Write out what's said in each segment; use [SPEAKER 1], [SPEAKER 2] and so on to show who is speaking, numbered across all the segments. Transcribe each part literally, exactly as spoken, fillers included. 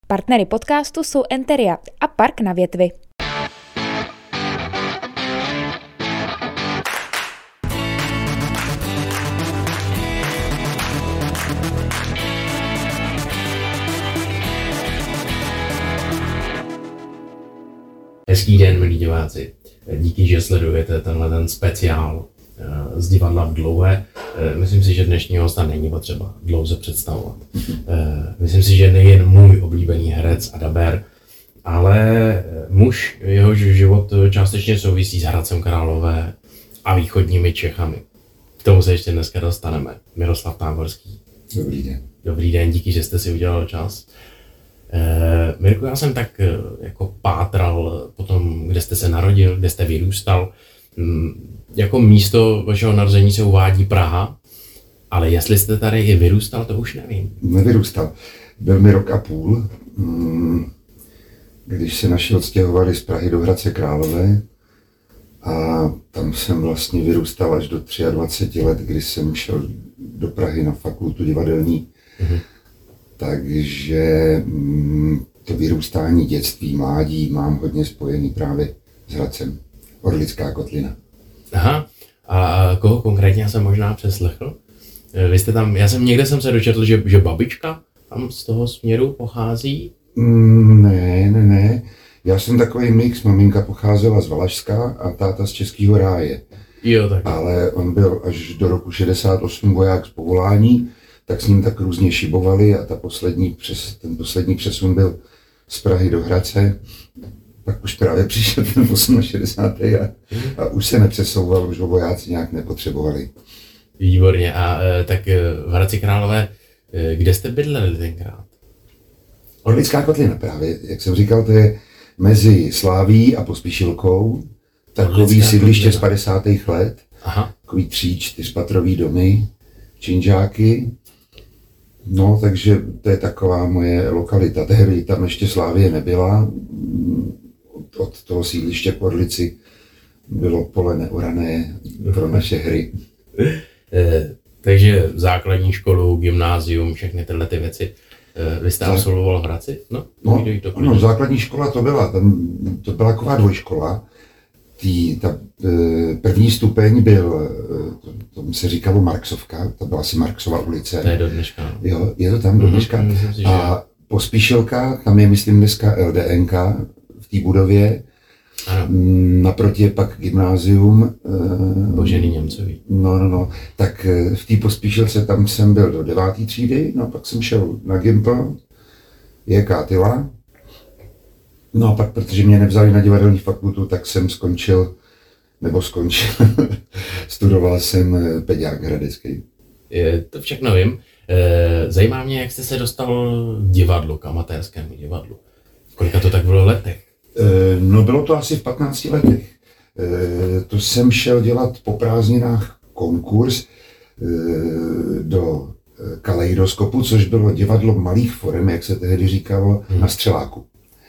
[SPEAKER 1] Partnery podcastu jsou Enteria a Park na Větvi.
[SPEAKER 2] Hezký den, milí diváci. Díky, že sledujete tenhle ten speciál z divadla v Dlouhé. Myslím si, že dnešního hosta není potřeba dlouze představovat. Myslím si, že nejen můj oblíbený herec a dabér, ale muž, jehož život částečně souvisí s Hradcem Králové a východními Čechami. K tomu se ještě dneska dostaneme. Miroslav Táborský.
[SPEAKER 3] Dobrý den.
[SPEAKER 2] Dobrý den, díky, že jste si udělal čas. Uh, Mirku, já jsem tak uh, jako pátral po tom, kde jste se narodil, kde jste vyrůstal. Um, jako místo vašeho narození se uvádí Praha, ale jestli jste tady i vyrůstal, to už nevím.
[SPEAKER 3] Nevyrůstal. Byl mi rok a půl, um, když se naši odstěhovali z Prahy do Hradce Králové a tam jsem vlastně vyrůstal až do dvacet tři let, kdy jsem šel do Prahy na fakultu divadelní. Uh-huh. Takže mm, to vyrůstání, dětství, mládí mám hodně spojený právě s Hradcem. Orlická kotlina.
[SPEAKER 2] Aha, a koho konkrétně já jsem možná přeslechl? Vy jste tam, já jsem někde jsem se dočetl, že, že babička tam z toho směru pochází?
[SPEAKER 3] Mm, ne, ne, ne. Já jsem takový mix, maminka pocházela z Valašska a táta z Českého ráje.
[SPEAKER 2] Jo, tak.
[SPEAKER 3] Ale on byl až do roku šedesát osm voják z povolání, tak s ním tak různě šibovali a ta poslední přes, ten poslední přesun byl z Prahy do Hradce. Pak už právě přišel ten šedesátý osmý a, a už se nepřesouval, už ho vojáci nějak nepotřebovali.
[SPEAKER 2] Výborně. A tak v Hradci Králové, kde jste bydleli tenkrát?
[SPEAKER 3] Orlická kotlina právě, jak jsem říkal, to je mezi Sláví a Pospíšilkou. Takový sídliště z padesátých let. Aha. Takový tří, čtyřpatrový domy, činžáky. No, takže to je taková moje lokalita. Tehdy tam ještě Slávie nebyla. Od toho sídliště k Orlici bylo pole neorané pro naše hry.
[SPEAKER 2] E, takže základní školu, gymnázium, všechny tyhle ty věci. E, vy jste Zá... absolvoval v Hradci? No,
[SPEAKER 3] no, no, základní škola to byla. Tam, to byla taková dvojškola. Tý, ta e, první stupeň byl, to, tomu se říkalo Marksovka, to byla asi Marksova ulice.
[SPEAKER 2] To je do dneška.
[SPEAKER 3] Jo, je to tam do dneška. Mm-hmm, a Pospíšilka, tam je myslím dneska L D N K v té budově. Ano. Naproti je pak gymnázium. E,
[SPEAKER 2] Božený Němcový.
[SPEAKER 3] No, no, no. Tak v té Pospíšilce tam jsem byl do deváté třídy, no pak jsem šel na Gimpl, J K Tyla. No a pak, protože mě nevzali na divadelní fakultu, tak jsem skončil, nebo skončil, studoval jsem peďák hradecký.
[SPEAKER 2] To všechno vím. Zajímá mě, jak jste se dostal k divadlu, k amatérskému divadlu. Kolika to tak bylo v letech?
[SPEAKER 3] No bylo to asi v patnácti letech. To jsem šel dělat po prázdninách konkurs do Kaleidoskopu, což bylo divadlo malých forem, jak se tehdy říkalo, hmm. na Střeláku.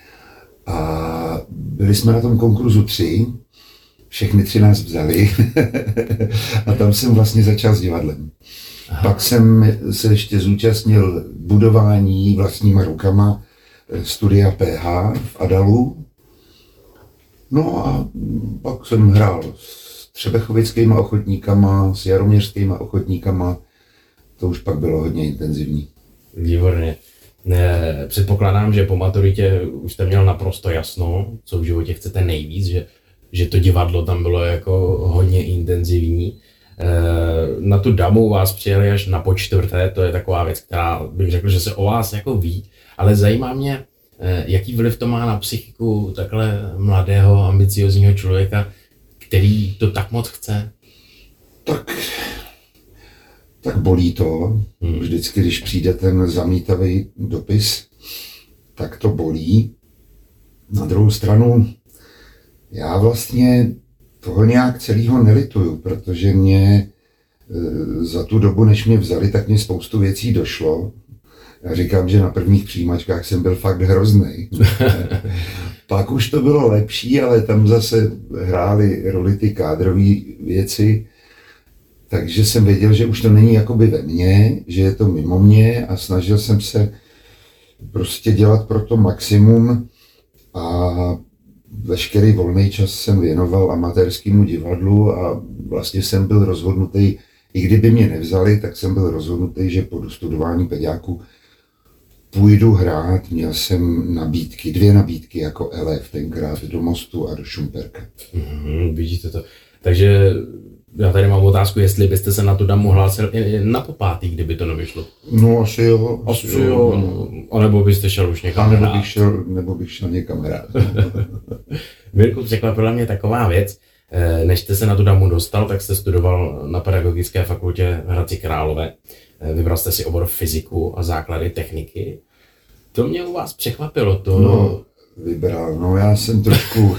[SPEAKER 3] A byli jsme na tom konkurzu tři, všechny tři nás vzali a tam jsem vlastně začal s divadlem. Aha. Pak jsem se ještě zúčastnil budování vlastníma rukama studia P H v Adalu. No a pak jsem hrál s třebechovickýma ochotníkama, s jaroměřskýma ochotníkama. To už pak bylo hodně intenzivní.
[SPEAKER 2] Výborně. Ne, předpokládám, že po maturitě už jste měl naprosto jasno, co v životě chcete nejvíc, že, že to divadlo tam bylo jako hodně intenzivní. Na tu damu vás přijeli až na počtvrté, to je taková věc, která bych řekl, že se o vás jako ví, ale zajímá mě, jaký vliv to má na psychiku takhle mladého, ambiciozního člověka, který to tak moc chce.
[SPEAKER 3] Tak... Tak bolí to, hmm. vždycky, když přijde ten zamítavý dopis, tak to bolí. Na druhou stranu, já vlastně toho nějak celého nelituju, protože mě e, za tu dobu, než mě vzali, tak mě spoustu věcí došlo. Já říkám, že na prvních přijímačkách jsem byl fakt hroznej. Pak už to bylo lepší, ale tam zase hrály roli ty kádrové věci. Takže jsem věděl, že už to není jakoby ve mně, že je to mimo mě a snažil jsem se prostě dělat pro to maximum a veškerý volný čas jsem věnoval amatérskému divadlu a vlastně jsem byl rozhodnutý, i kdyby mě nevzali, tak jsem byl rozhodnutý, že po studování pediáku půjdu hrát. Měl jsem nabídky, dvě nabídky jako elef tenkrát do Mostu a do Šumperka.
[SPEAKER 2] Mm, vidíte to. Takže já tady mám otázku, jestli byste se na tu damu hlásil i na popátý, kdyby to nevyšlo.
[SPEAKER 3] No asi jo.
[SPEAKER 2] Asi jo, jo. A nebo byste šel už někam
[SPEAKER 3] A nebo
[SPEAKER 2] hrát.
[SPEAKER 3] bych šel, nebo bych šel někam hrát.
[SPEAKER 2] Mirku, překvapila mě taková věc. Než jste se na tu damu dostal, tak jste studoval na Pedagogické fakultě v Hradci Králové. Vybral jste si obor fyziku a základy techniky. To mě u vás překvapilo. To...
[SPEAKER 3] No, vybral, no já jsem trošku...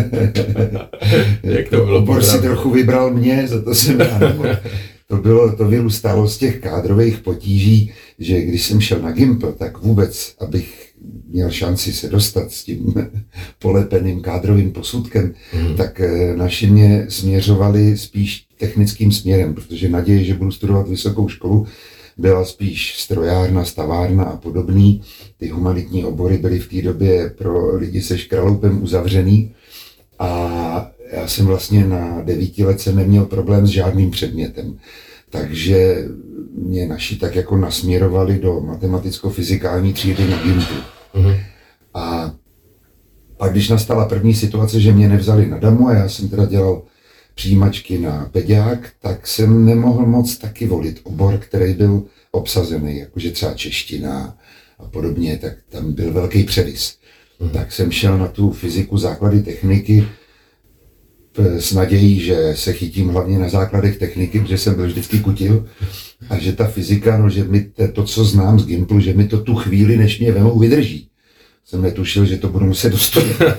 [SPEAKER 2] Jak to bylo?
[SPEAKER 3] Obor si trochu vybral mě, za to jsem já nemohl. To bylo, to vyrůstalo z těch kádrových potíží, že když jsem šel na Gimpl, tak vůbec, abych měl šanci se dostat s tím polepeným kádrovým posudkem, mm. tak naši mě směřovali spíš technickým směrem, protože naděje, že budu studovat vysokou školu, byla spíš strojárna, stavárna a podobný. Ty humanitní obory byly v té době pro lidi se škraloupem uzavřený a já jsem vlastně na devíti let jsem neměl problém s žádným předmětem. Takže mě naši tak jako nasměrovali do matematicko-fyzikální třídy na Gimplu. Mm-hmm. A pak když nastala první situace, že mě nevzali na damu a já jsem teda dělal přijímačky na pediák, tak jsem nemohl moc taky volit obor, který byl obsazený, jakože třeba čeština a podobně, tak tam byl velký převis. Mm-hmm. Tak jsem šel na tu fyziku základy techniky s nadějí, že se chytím hlavně na základech techniky, protože jsem byl vždycky kutil a že ta fyzika, no, že mi to, co znám z Gimplu, že mi to tu chvíli, než mě vemou, vydrží. Jsem netušil, že to budu muset dostudovat.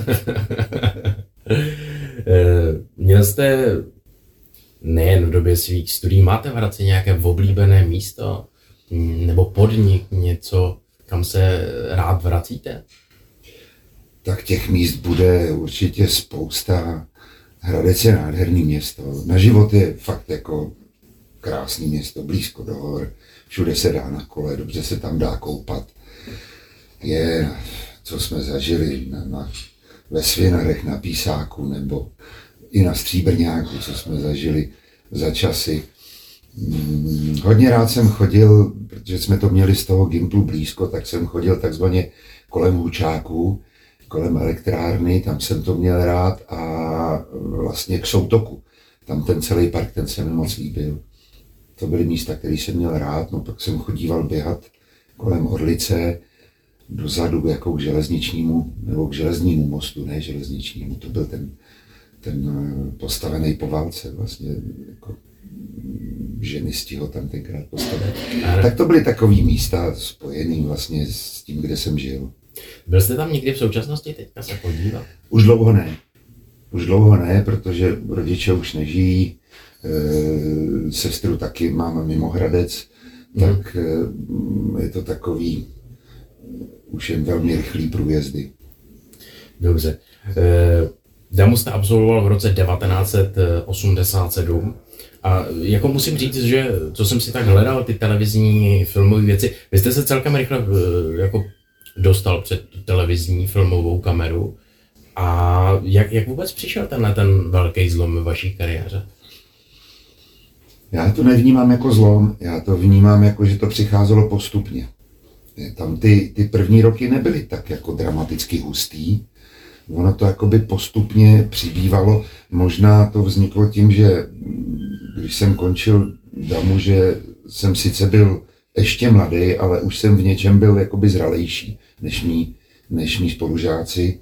[SPEAKER 2] Měl jste nejen v době svých studií, máte v Hradci nějaké oblíbené místo nebo podnik, něco, kam se rád vracíte?
[SPEAKER 3] Tak těch míst bude určitě spousta. Hradec je nádherný město. Na život je fakt jako krásný město, blízko do hor. Všude se dá na kole, dobře se tam dá koupat. Je, co jsme zažili na, na, ve Svěnarech na Písáku nebo i na Stříbrňáku, co jsme zažili za časy. Hmm, hodně rád jsem chodil, protože jsme to měli z toho Gimplu blízko, tak jsem chodil takzvaně kolem Hučáků, kolem elektrárny, tam jsem to měl rád a vlastně k Soutoku. Tam ten celý park, ten se mi moc líbil. To byly místa, které jsem měl rád, no pak jsem chodíval běhat kolem Orlice, dozadu jako k železničnímu, nebo k železnímu mostu, ne železničnímu, to byl ten, ten postavený po válce vlastně, jako ženisti ho tam tenkrát postavili. Tak to byly takový místa spojený vlastně s tím, kde jsem žil.
[SPEAKER 2] Byl jste tam někdy v současnosti teďka se podívat?
[SPEAKER 3] Už dlouho ne. Už dlouho ne, protože rodiče už nežijí, e, sestru taky mám mimo Hradec, mm. tak e, je to takový už jen velmi rychlý průjezdy.
[SPEAKER 2] Dobře. E, damu jste absolvoval v roce devatenáct set osmdesát sedm a jako musím říct, že co jsem si tak hledal, ty televizní filmové věci, vy jste se celkem rychle jako dostal před televizní filmovou kameru a jak, jak vůbec přišel tenhle ten velký zlom ve vaší kariéře?
[SPEAKER 3] Já to nevnímám jako zlom, já to vnímám jako, že to přicházelo postupně. Tam ty, ty první roky nebyly tak jako dramaticky hustý, ono to jakoby postupně přibývalo, možná to vzniklo tím, že když jsem končil damu, že jsem sice byl ještě mladý, ale už jsem v něčem byl jakoby zralejší než mý, než mý spolužáci.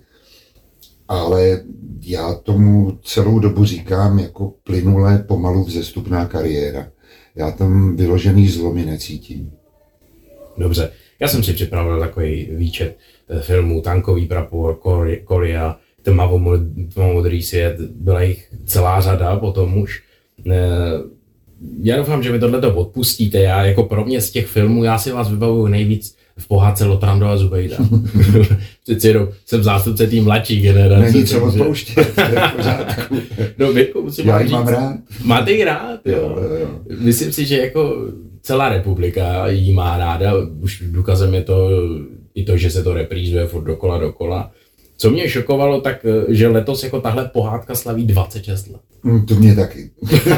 [SPEAKER 3] Ale já tomu celou dobu říkám jako plynule, pomalu vzestupná kariéra. Já tam vyložený zlomy necítím.
[SPEAKER 2] Dobře, já jsem si připravil takový výčet filmů Tankový prapor, Korea, Tmavomodrý svět, byla jich celá řada potom už. Já doufám, že mi tohleto odpustíte. Já jako pro mě z těch filmů, já si vás vybavuju nejvíc v pohádce Lotrando a Zubejda. Přeci jenom jsem zástupce té mladší generace.
[SPEAKER 3] Není co odpouštět, to je v pořádku.
[SPEAKER 2] No, Mirku, musím
[SPEAKER 3] já
[SPEAKER 2] říct.
[SPEAKER 3] Já mám rád.
[SPEAKER 2] Máte ji rád, jo.
[SPEAKER 3] Jo, jo, jo.
[SPEAKER 2] Myslím si, že jako celá republika jí má ráda. Už důkazem je to, i to, že se to reprízuje furt dokola dokola. Co mě šokovalo, tak že letos jako tahle pohádka slaví dvacet šest let.
[SPEAKER 3] Mm, to mě taky.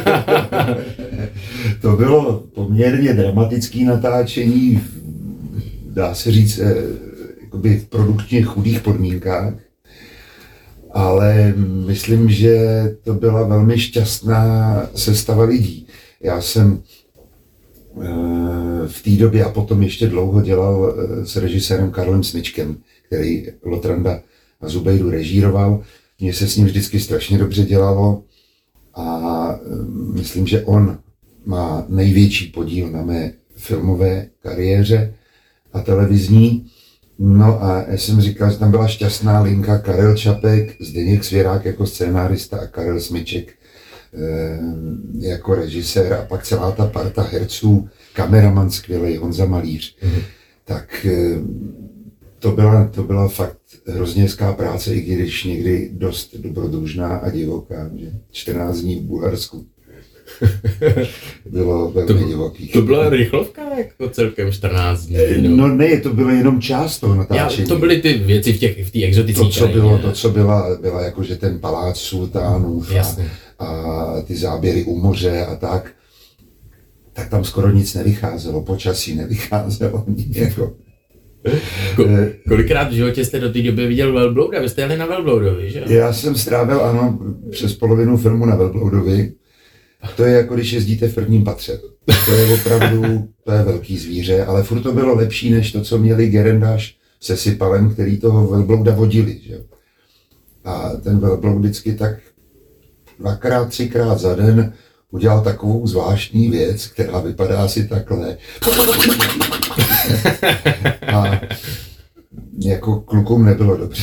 [SPEAKER 3] To bylo poměrně dramatické natáčení, dá se říct, jakoby v produkčně chudých podmínkách, ale myslím, že to byla velmi šťastná sestava lidí. Já jsem v té době a potom ještě dlouho dělal s režisérem Karlem Smyčkem, který Lotranda a Zubejdu režíroval. Mně se s ním vždycky strašně dobře dělalo a myslím, že on má největší podíl na mé filmové kariéře a televizní. No a já jsem říkal, že tam byla šťastná linka Karel Čapek, Zdeněk Svěrák jako scénárista a Karel Smyček e, jako režisér a pak celá ta parta herců, kameraman skvělej, Honza Malíř. Mm-hmm. Tak e, to byla, to byla fakt hrozně hezká práce, i když někdy dost dobrodružná a divoká, že čtrnáct dní v Bulharsku. Bylo velmi
[SPEAKER 2] to,
[SPEAKER 3] divoký.
[SPEAKER 2] To byla rychlovka jako celkem čtrnáct dní.
[SPEAKER 3] No, no ne, to bylo jenom část toho natáčení.
[SPEAKER 2] Já, to byly ty věci v těch v té exotické
[SPEAKER 3] to, co bylo, to, co byla, byla jakože ten palác sultánů a, a ty záběry u moře a tak, tak tam skoro nic nevycházelo, počasí nevycházelo. Jako.
[SPEAKER 2] Ko, kolikrát v životě jste do té doby viděl Velblouda? Vy jste jeli na Velbloudovi, že?
[SPEAKER 3] Já jsem strávil, ano, přes polovinu filmu na Velbloudovi. To je jako když jezdíte v prvním patře. To je opravdu, to je velký zvíře, ale furt to bylo lepší, než to, co měli Gerendáš se Sipalem, který toho velblouda vodili. Že? A ten velbloud vždycky tak dvakrát, třikrát za den udělal takovou zvláštní věc, která vypadá asi takhle. A jako klukům nebylo dobře.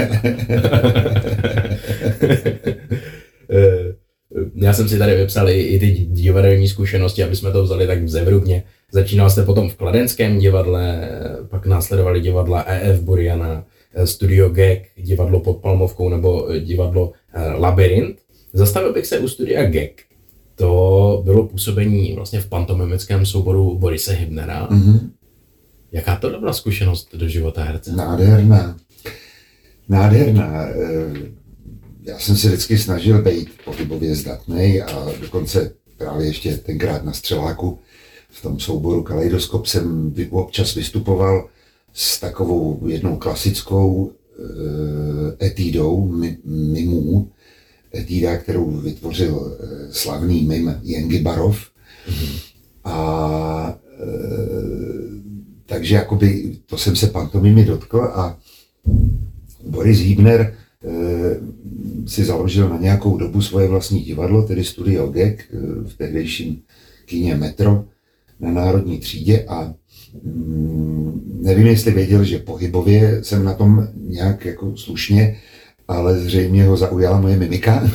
[SPEAKER 2] Já jsem si tady vypsal i, i ty divadelní zkušenosti, aby jsme to vzali tak zevrubně. Začínal jste potom v Kladenském divadle, pak následovali divadla E F Buriana, Studio Gag, divadlo Pod Palmovkou nebo divadlo Labyrint. Zastavil bych se u Studia Gag. To bylo působení vlastně v pantomimickém souboru Borise Hybnera. Mm-hmm. Jaká to byla zkušenost do života herce?
[SPEAKER 3] Nádherná. Nádherná. Já jsem se vždycky snažil být pohybově zdatnej a dokonce právě ještě tenkrát na Střeláku v tom souboru Kaleidoskop jsem občas vystupoval s takovou jednou klasickou e, etídou mimů. Etída, kterou vytvořil e, slavný mim Jengy Barov. Mm-hmm. A e, takže jakoby to jsem se pantomimy dotkl a Boris Hybner si založil na nějakou dobu svoje vlastní divadlo, tedy Studio Gag v tehdejším kině Metro na Národní třídě a mm, nevím, jestli věděl, že pohybově jsem na tom nějak jako slušně, ale zřejmě ho zaujala moje mimika.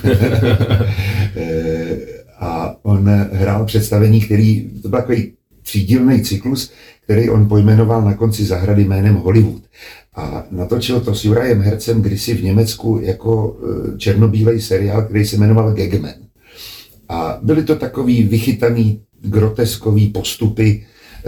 [SPEAKER 3] A on hrál představení, který, to byl takový třídílný cyklus, který on pojmenoval na konci zahrady jménem Hollywood. A natočil to s Jurajem Hercem kdysi v Německu jako černobílej seriál, který se jmenoval Gagman. A byly to takový vychytaný groteskový postupy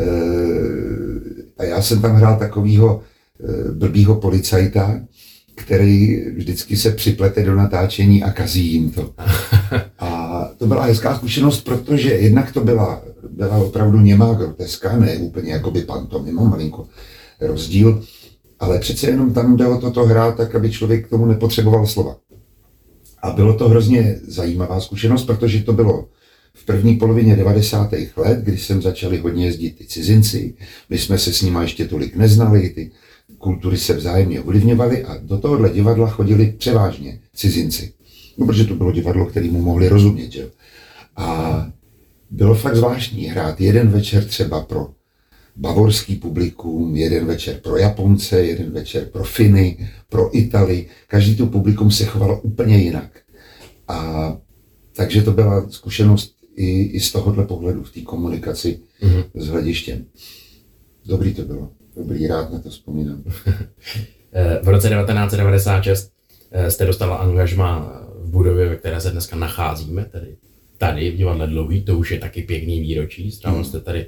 [SPEAKER 3] a já jsem tam hrál takovýho blbýho policajta, který vždycky se připlete do natáčení a kazí jim to. A to byla hezká zkušenost, protože jednak to byla, byla opravdu němá groteska, ne úplně jakoby pantomima, malinko rozdíl, ale přece jenom tam jde o toto hrát tak, aby člověk k tomu nepotřeboval slova. A bylo to hrozně zajímavá zkušenost, protože to bylo v první polovině devadesátých let, kdy jsem začali hodně jezdit ty cizinci, my jsme se s nimi ještě tolik neznali, ty kultury se vzájemně ovlivňovaly a do tohohle divadla chodili převážně cizinci. No, protože to bylo divadlo, kterému mohli rozumět. Že? A bylo fakt zvláštní hrát jeden večer třeba pro bavorský publikum, jeden večer pro Japonce, jeden večer pro Finy, pro Italy. Každý to publikum se chovalo úplně jinak. A takže to byla zkušenost i, i z tohohle pohledu v té komunikaci mm-hmm. s hledištěm. Dobrý to bylo. Dobrý, rád na to vzpomínám.
[SPEAKER 2] V roce devatenáct set devadesát šest jste dostala angažmá v budově, ve které se dneska nacházíme, tedy tady v divadle Dlouhý, to už je taky pěkný výročí, strávil jste tady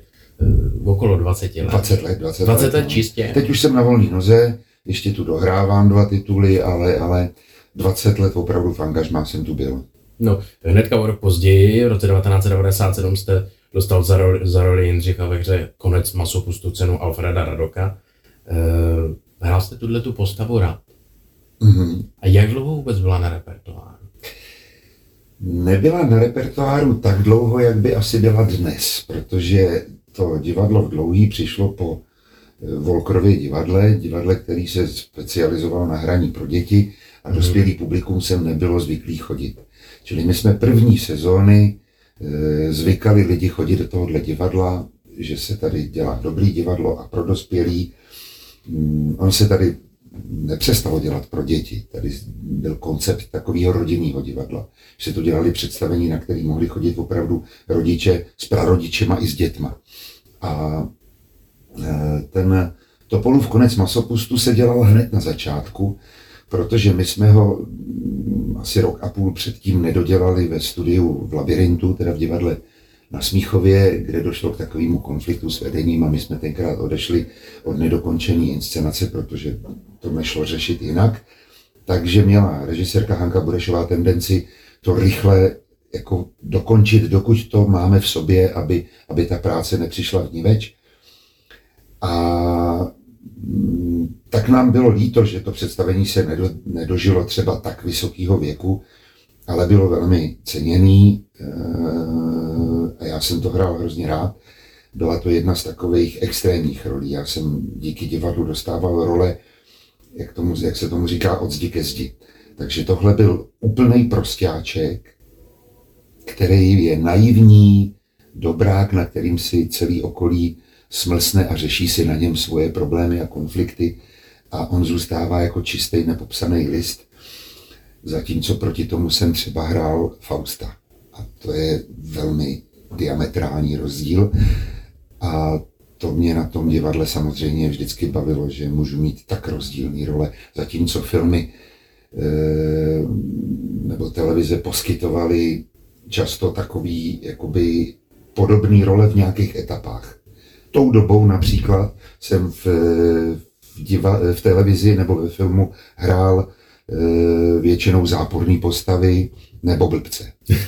[SPEAKER 2] okolo dvacet let.
[SPEAKER 3] dvacet let, dvacet,
[SPEAKER 2] dvacet
[SPEAKER 3] let,
[SPEAKER 2] let
[SPEAKER 3] no.
[SPEAKER 2] čistě.
[SPEAKER 3] Teď už jsem na volné noze, ještě tu dohrávám dva tituly, ale, ale dvacet let opravdu v angažmá jsem tu byl.
[SPEAKER 2] No, hnedka o rok později, v roce devatenáct set devadesát sedm jste dostal za roli, za roli Jindřicha ve hře Konec masopustu cenu Alfreda Radoka. E, hrál jste tuto postavu rád?
[SPEAKER 3] Mm-hmm.
[SPEAKER 2] A jak dlouho vůbec byla na repertoáru?
[SPEAKER 3] Nebyla na repertoáru tak dlouho, jak by asi byla dnes, protože to divadlo v Dlouhý přišlo po Volkrově divadle, divadle, který se specializoval na hraní pro děti a mm-hmm. dospělý publikum sem nebylo zvyklý chodit. Čili my jsme první sezóny e, zvykali lidi chodit do tohohle divadla, že se tady dělá dobrý divadlo a pro dospělí. Mm, on se tady nepřestalo dělat pro děti. Tady byl koncept takového rodinného divadla. Že se to dělali představení, na který mohli chodit opravdu rodiče s prarodičema i s dětma. A e, ten Topolův Konec masopustu se dělal hned na začátku, protože my jsme ho asi rok a půl předtím nedodělali ve studiu v Labyrintu, teda v divadle na Smíchově, kde došlo k takovému konfliktu s vedením a my jsme tenkrát odešli od nedokončené inscenace, protože to nešlo řešit jinak. Takže měla režisérka Hanka Burešová tendenci to rychle jako dokončit, dokud to máme v sobě, aby, aby ta práce nepřišla vniveč. A tak nám bylo líto, že to představení se nedo, nedožilo třeba tak vysokého věku, ale bylo velmi ceněný a já jsem to hrál hrozně rád. Byla to jedna z takových extrémních rolí. Já jsem díky divadlu dostával role, jak, tomu, jak se tomu říká, od zdi ke zdi. Takže tohle byl úplnej prosťáček, který je naivní, dobrák, na kterým si celý okolí smlsne a řeší si na něm svoje problémy a konflikty a on zůstává jako čistý nepopsaný list, zatímco proti tomu jsem třeba hrál Fausta. A to je velmi diametrální rozdíl a to mě na tom divadle samozřejmě vždycky bavilo, že můžu mít tak rozdílný role, zatímco filmy e, nebo televize poskytovaly často takový jakoby podobný role v nějakých etapách. Tou dobou například jsem v, v, diva, v televizi nebo ve filmu hrál e, většinou záporný postavy nebo blbce.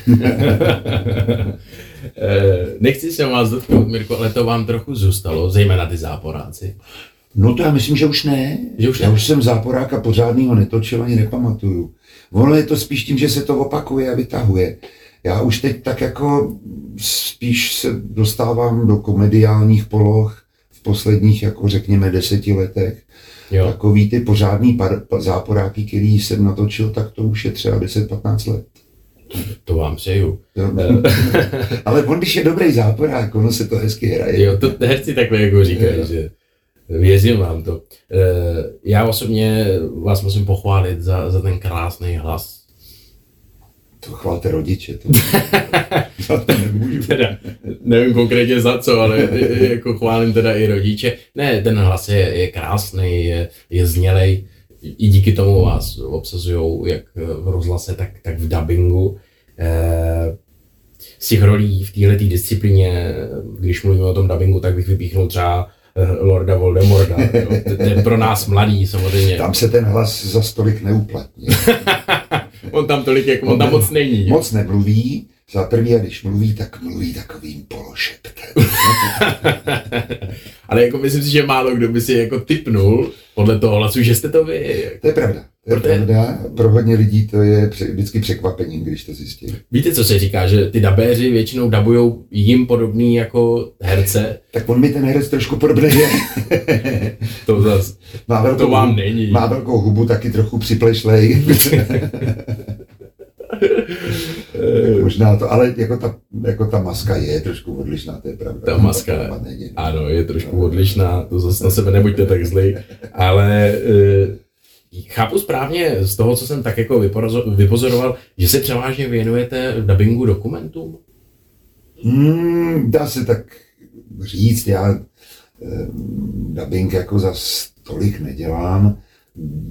[SPEAKER 2] Nechci se vás dotknout, Mirko, ale to vám trochu zůstalo, zejména ty záporáci.
[SPEAKER 3] No to já myslím, že už ne.
[SPEAKER 2] Že už
[SPEAKER 3] já
[SPEAKER 2] ne?
[SPEAKER 3] už jsem záporáka pořádnýho netočil, ani nepamatuju. Ono je to spíš tím, že se to opakuje a vytahuje. Já už teď tak jako spíš se dostávám do komediálních poloh v posledních, jako řekněme, deseti letech. Jo. Takový ty pořádný par, záporáky, který jsem natočil, tak to už je třeba deset patnáct let.
[SPEAKER 2] To vám přeju.
[SPEAKER 3] Ale on, když je dobrý záporák, ono se to hezky hraje.
[SPEAKER 2] Jo, to herci takhle jako říkají, jo. Že věřím vám to. Já osobně vás musím pochválit za, za ten krásný hlas.
[SPEAKER 3] To chválte rodiče, to, za to nemůžu.
[SPEAKER 2] Teda, nevím konkrétně za co, ale jako chválím teda i rodiče. Ne, ten hlas je, je krásný, je, je znělej. I díky tomu vás obsazujou jak v rozhlase, tak, tak v dabingu. Z těch rolí v této disciplíně, když mluvíme o tom dabingu, tak bych vypíchnul třeba Lorda Voldemorda. To je pro nás mladý samozřejmě.
[SPEAKER 3] Tam se ten hlas za stolik neuplatní.
[SPEAKER 2] On tam tolik, jako on, on tam moc není.
[SPEAKER 3] Moc nemluví, za první, a když mluví, tak mluví takovým pološeptem.
[SPEAKER 2] Ale jako myslím si, že málo kdo by si jako tipnul podle toho hlasu, že jste to vy.
[SPEAKER 3] To je pravda. To je Protože... pravda. Pro hodně lidí to je vždycky překvapením, když to zjistí.
[SPEAKER 2] Víte, co se říká, že ty dabéři většinou dabujou jim podobný jako herce?
[SPEAKER 3] Tak on mi ten herec trošku podobný je.
[SPEAKER 2] To zas,
[SPEAKER 3] má velkou,
[SPEAKER 2] to vám není.
[SPEAKER 3] Má velkou hubu, taky trochu připlešlej. Možná to, ale jako ta, jako ta maska je trošku odlišná, to je pravda.
[SPEAKER 2] Ta maska, ano, je trošku odlišná, to zase na sebe nebuďte tak zlej, ale e, chápu správně z toho, co jsem tak jako vypozoroval, že se převážně věnujete dabingu dokumentům?
[SPEAKER 3] Hmm, dá se tak říct, já e, dabing jako za tolik nedělám,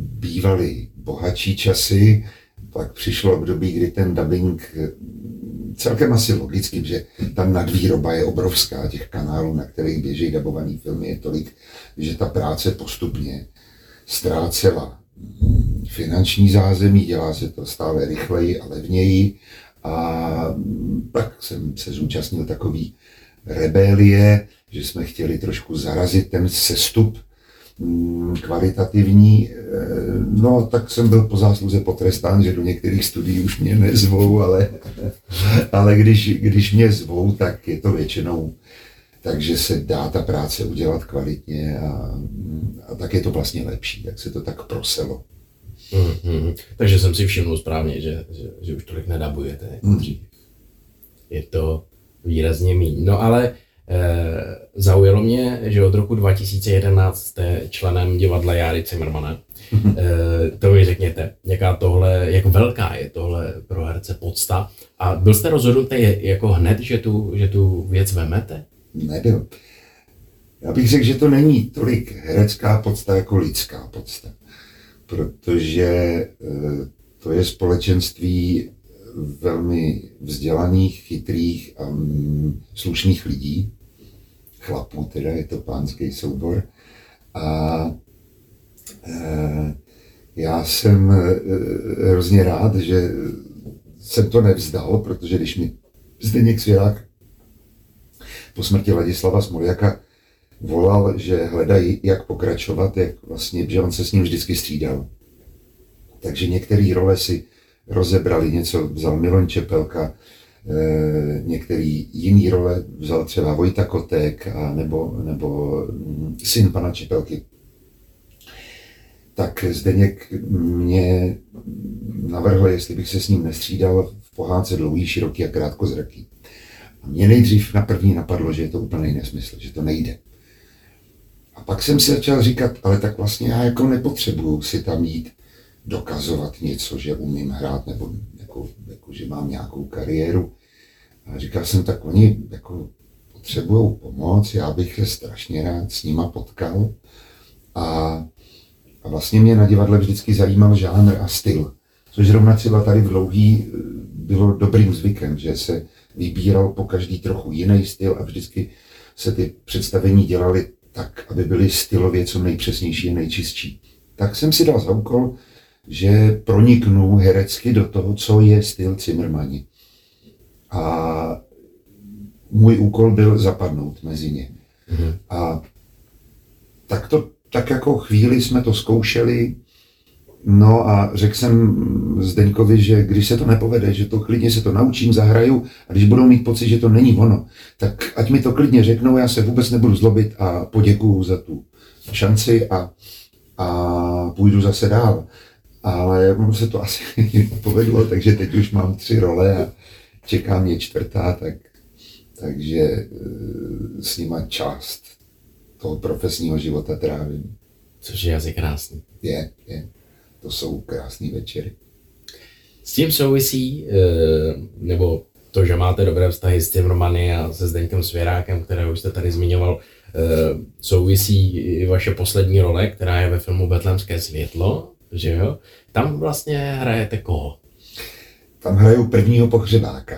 [SPEAKER 3] bývaly bohatší časy. Pak přišlo období, kdy ten dabing celkem asi logicky, že ta nadvýroba je obrovská, těch kanálů, na kterých běží dabovaný filmy, je tolik, že ta práce postupně ztrácela finanční zázemí, dělá se to stále rychleji a levněji. A pak jsem se zúčastnil takový rebelie, že jsme chtěli trošku zarazit ten sestup kvalitativní. No, tak jsem byl po zásluze potrestán, že do některých studií už mě nezvou, ale, ale když, když mě zvou, tak je to většinou takže se dá ta práce udělat kvalitně a, a tak je to vlastně lepší, tak se to tak proselo.
[SPEAKER 2] Mm-hmm. Takže jsem si všiml správně, že, že, že už tolik nedabujete jako mm. dřív. Je to výrazně míň. No ale eh, zaujalo mě, že od roku dva tisíce jedenáct jste členem divadla Járy Cimrmana. Mm. Eh, to mi řekněte, jaká tohle, jak velká je tohle pro herce podsta. A byl jste rozhodnutý jako hned, že tu, že tu věc vemete?
[SPEAKER 3] Nebyl. Já bych řekl, že to není tolik herecká podsta jako lidská podsta. Protože to je společenství velmi vzdělaných, chytrých a slušných lidí. Chlapů teda, je to pánský soubor. A já jsem hrozně rád, že jsem to nevzdal, protože když mi Zdeněk Svěrák po smrti Ladislava Smoljaka volal, že hledají, jak pokračovat, jak vlastně, že on se s ním vždycky střídal. Takže některé role si rozebrali, něco vzal Miloň Čepelka, e, některé jiné role vzal třeba Vojta Kotek a nebo, nebo syn pana Čepelky. Tak Zdeněk mě navrhl, jestli bych se s ním nestřídal v pohádce Dlouhý, široký a krátkozraký. A mě nejdřív na první napadlo, že je to úplný nesmysl, že to nejde. A pak jsem si začal říkat, ale tak vlastně já jako nepotřebuju si tam jít dokazovat něco, že umím hrát, nebo jako, jako, že mám nějakou kariéru. A říkal jsem, tak oni jako potřebují pomoc, já bych se strašně rád s nima potkal. A, a vlastně mě na divadle vždycky zajímal žánr a styl. Což zrovna třeba tady v Dlouhý bylo dobrým zvykem, že se vybíral po každý trochu jiný styl a vždycky se ty představení dělaly tak, aby byly stylově co nejpřesnější a nejčistší. Tak jsem si dal za úkol, že proniknu herecky do toho, co je styl Cimrmani. A můj úkol byl zapadnout mezi ně. Mm-hmm. A tak, to, tak jako chvíli jsme to zkoušeli, no a řekl jsem Zdeňkovi, že když se to nepovede, že to klidně se to naučím, zahraju a když budou mít pocit, že to není ono, tak ať mi to klidně řeknou, já se vůbec nebudu zlobit a poděkuju za tu šanci a, a půjdu zase dál. Ale ono se to asi povedlo, takže teď už mám tři role a čeká mě čtvrtá, tak, takže s nima část toho profesního života trávím.
[SPEAKER 2] Což je asi krásný.
[SPEAKER 3] Je, je. To jsou krásný večery.
[SPEAKER 2] S tím souvisí, nebo to, že máte dobré vztahy s Cimrmany a se Zdeňkem Svěrákem, kterého už jste tady zmiňoval, souvisí i vaše poslední role, která je ve filmu Betlémské světlo, že jo? Tam vlastně hrajete koho?
[SPEAKER 3] Tam hraju prvního pohřebáka.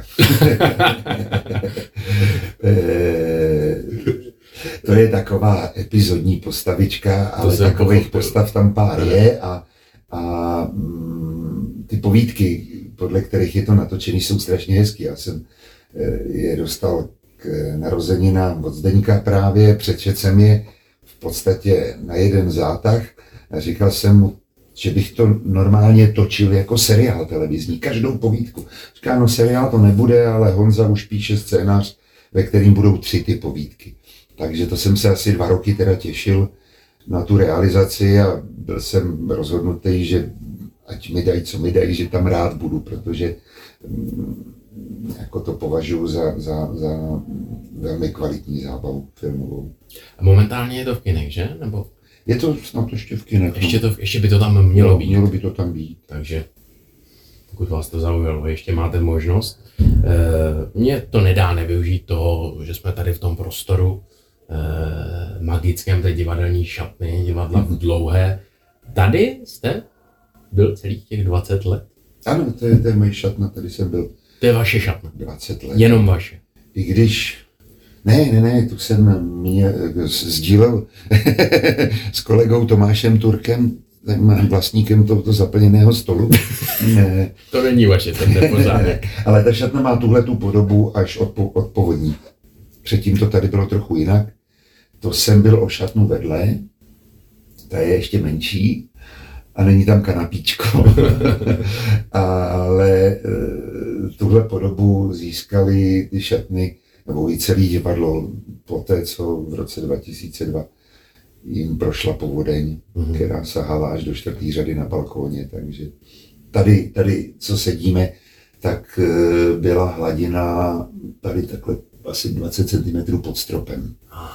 [SPEAKER 3] To je taková epizodní postavička, ale takových postav tam pár je a, a mm, ty povídky, podle kterých je to natočený, jsou strašně hezký. Já jsem je dostal k narozeninám od Zdeňka právě, přečetl jsem je v podstatě na jeden zátah a říkal jsem mu, že bych to normálně točil jako seriál televizní, každou povídku. Říká, no seriál to nebude, ale Honza už píše scénář, ve kterým budou tři ty povídky. Takže to jsem se asi dva roky teda těšil na tu realizaci a byl jsem rozhodnutý, že ať mi dají, co mi dají, že tam rád budu, protože jako to považuji za, za, za velmi kvalitní zábavu filmovou.
[SPEAKER 2] A momentálně je to v kinech, že? Nebo...
[SPEAKER 3] Je to snad ještě v kinech.
[SPEAKER 2] Ještě, to, ještě by to tam mělo
[SPEAKER 3] no,
[SPEAKER 2] být.
[SPEAKER 3] Mělo by to tam být.
[SPEAKER 2] Takže pokud vás to zaujalo, ještě máte možnost. E, mně to nedá nevyužít toho, že jsme tady v tom prostoru e, magickém té divadelní šatny, divadla v Dlouhé. Tady jste byl celých těch dvacet let?
[SPEAKER 3] Ano, to je, to je moje šatna, tady jsem byl
[SPEAKER 2] To je vaše šatna.
[SPEAKER 3] dvacet let.
[SPEAKER 2] Jenom vaše.
[SPEAKER 3] I když, ne, ne, ne, tu jsem mě sdílel s kolegou Tomášem Turkem, vlastníkem tohoto zaplněného stolu. Ne.
[SPEAKER 2] To není vaše, ten nepořádek.
[SPEAKER 3] Ale ta šatna má tuhletu podobu až od, po, od povodní. Předtím to tady bylo trochu jinak. To jsem byl o šatnu vedle, ta je ještě menší a není tam kanapíčko. Ale tuhle podobu získali ty šatny, nebo i celý divadlo, po té, co v roce dva tisíce dva jim prošla povodeň, mm-hmm. která sahala až do čtvrtý řady na balkóně. Takže tady, tady, co sedíme, tak byla hladina tady takhle asi dvacet centimetrů pod stropem.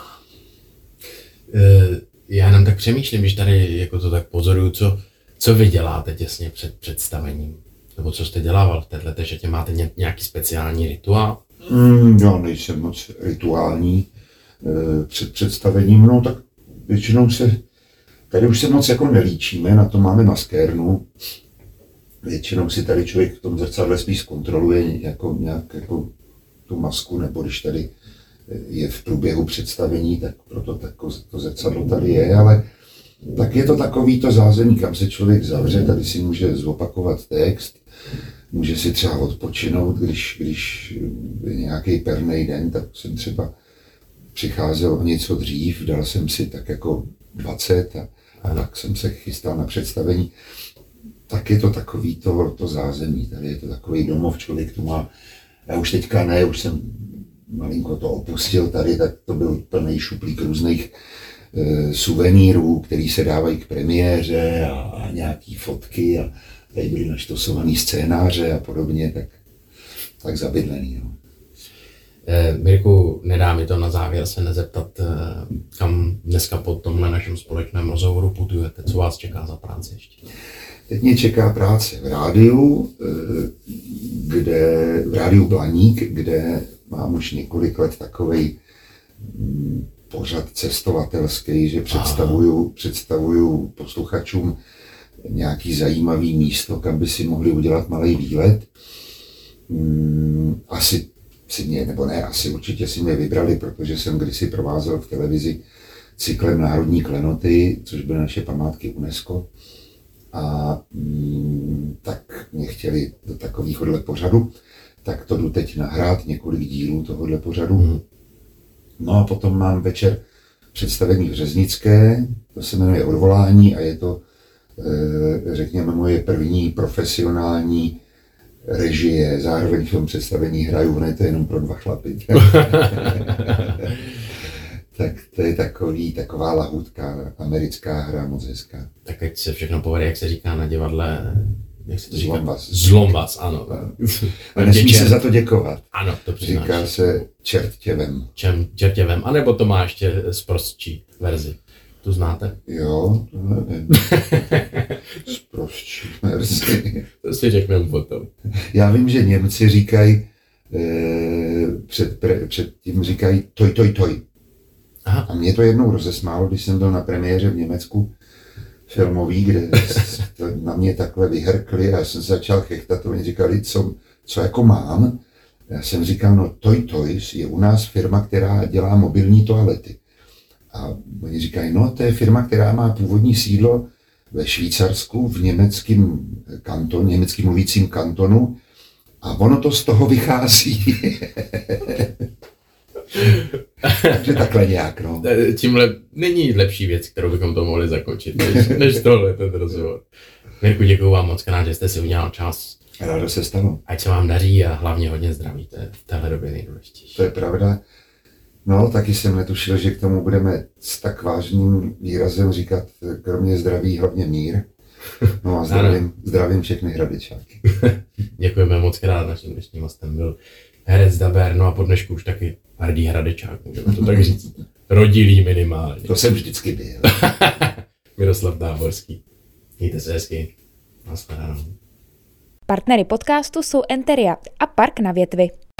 [SPEAKER 2] Já jenom tak přemýšlím, když tady jako to tak pozoruju, co, co vy děláte těsně před představením? Nebo co jste dělával v této šatě? Máte nějaký speciální rituál?
[SPEAKER 3] Mm, já nejsem moc rituální e, před představením, no tak většinou se, tady už se moc jako nelíčíme, na to máme maskérnu. Většinou si tady člověk v tom zrcadle spíš zkontroluje jako nějak jako tu masku, nebo když tady je v průběhu představení, tak proto tako, to zrcadlo tady je, ale tak je to takový to zázemí, kam se člověk zavře, tady si může zopakovat text, může si třeba odpočinout, když, když je nějaký pernej den, tak jsem třeba přicházel o něco dřív, dal jsem si tak jako dvacet a, a tak jsem se chystal na představení. Tak je to takový to, to zázemí, tady je to takový domov, člověk tu má, já už teďka ne, už jsem malinko to opustil tady, tak to byl plný šuplík různých e, suvenýrů, který se dávají k premiéře a, a nějaký fotky a tady byly naštosovaný scénáře a podobně, tak, tak zabydlený. No.
[SPEAKER 2] Eh, Mirku, nedá mi to na závěr se nezeptat, eh, kam dneska po tomhle našem společném rozhovoru putujete, co vás čeká za práci ještě?
[SPEAKER 3] Teď mě čeká práce v rádiu, kde, v rádiu Blaník, kde mám už několik let takovej pořad cestovatelský, že představuju, představuju posluchačům nějaký zajímavý místo, kam by si mohli udělat malý výlet. Asi si mě, nebo ne, asi určitě si mě vybrali, protože jsem kdysi provázel v televizi cyklem Národní klenoty, což byly naše památky UNESCO. A mm, tak mě chtěli do takovýchhle pořadu, tak to jdu teď nahrát několik dílů tohohle pořadu. Mm. No a potom mám večer představení v Řeznické, to se jmenuje Odvolání a je to, e, řekněme, moje první profesionální režie, zároveň v tom představení hraju, ne to je jenom pro dva chlapy. Tak to je takový, taková lahůdka, americká hra, moc hezká.
[SPEAKER 2] Tak ať se všechno povede, jak se říká na divadle, jak se to říká?
[SPEAKER 3] Zlombas.
[SPEAKER 2] Zlombas, ano.
[SPEAKER 3] A nesmí se za to děkovat.
[SPEAKER 2] Ano, to přiznáš.
[SPEAKER 3] Říká se čert tě vem.
[SPEAKER 2] Čem, čert tě vem, anebo to má ještě sprostčí verzi. Tu znáte?
[SPEAKER 3] Jo, to nevím. Sprostčí verzi.
[SPEAKER 2] To si řekneme potom.
[SPEAKER 3] Já vím, že Němci říkají, eh, před, pre, před tím říkají toj, toj, toj.
[SPEAKER 2] Aha.
[SPEAKER 3] A mě to jednou rozesmálo, když jsem byl na premiéře v Německu filmový, kde na mě takhle vyhrkli a já jsem začal chechtat, oni říkali, co, co jako mám. Já jsem říkal, no Toy Toys je u nás firma, která dělá mobilní toalety. A oni říkají, no to je firma, která má původní sídlo ve Švýcarsku, v německém kantonu, německým mluvícím kantonu a ono to z toho vychází. Takže takhle nějak, no.
[SPEAKER 2] Tímhle není lepší věc, kterou bychom to mohli zakončit, než, než tohle, ten rozhovor. Mirku, děkuju vám moc krát, že jste si udělal čas.
[SPEAKER 3] Rádo se stalo.
[SPEAKER 2] Ať se vám daří a hlavně hodně zdraví, to je v téhle době nejdůležitější.
[SPEAKER 3] To je pravda. No, taky jsem netušil, že k tomu budeme s tak vážným výrazem říkat, kromě zdraví, hlavně mír. No a zdravím, zdravím všechny Hradečáky.
[SPEAKER 2] Děkujeme moc krát, naším dnešním hostem byl herec Daber, no a po dnešku už taky hrdý Hradečák, můžeme to tak říct. Rodilý minimálně.
[SPEAKER 3] To jsem vždycky byl.
[SPEAKER 2] Miroslav Táborský. Mějte se hezky. Naschledanou.
[SPEAKER 1] Partnery podcastu jsou Enteria a Park na Větvi.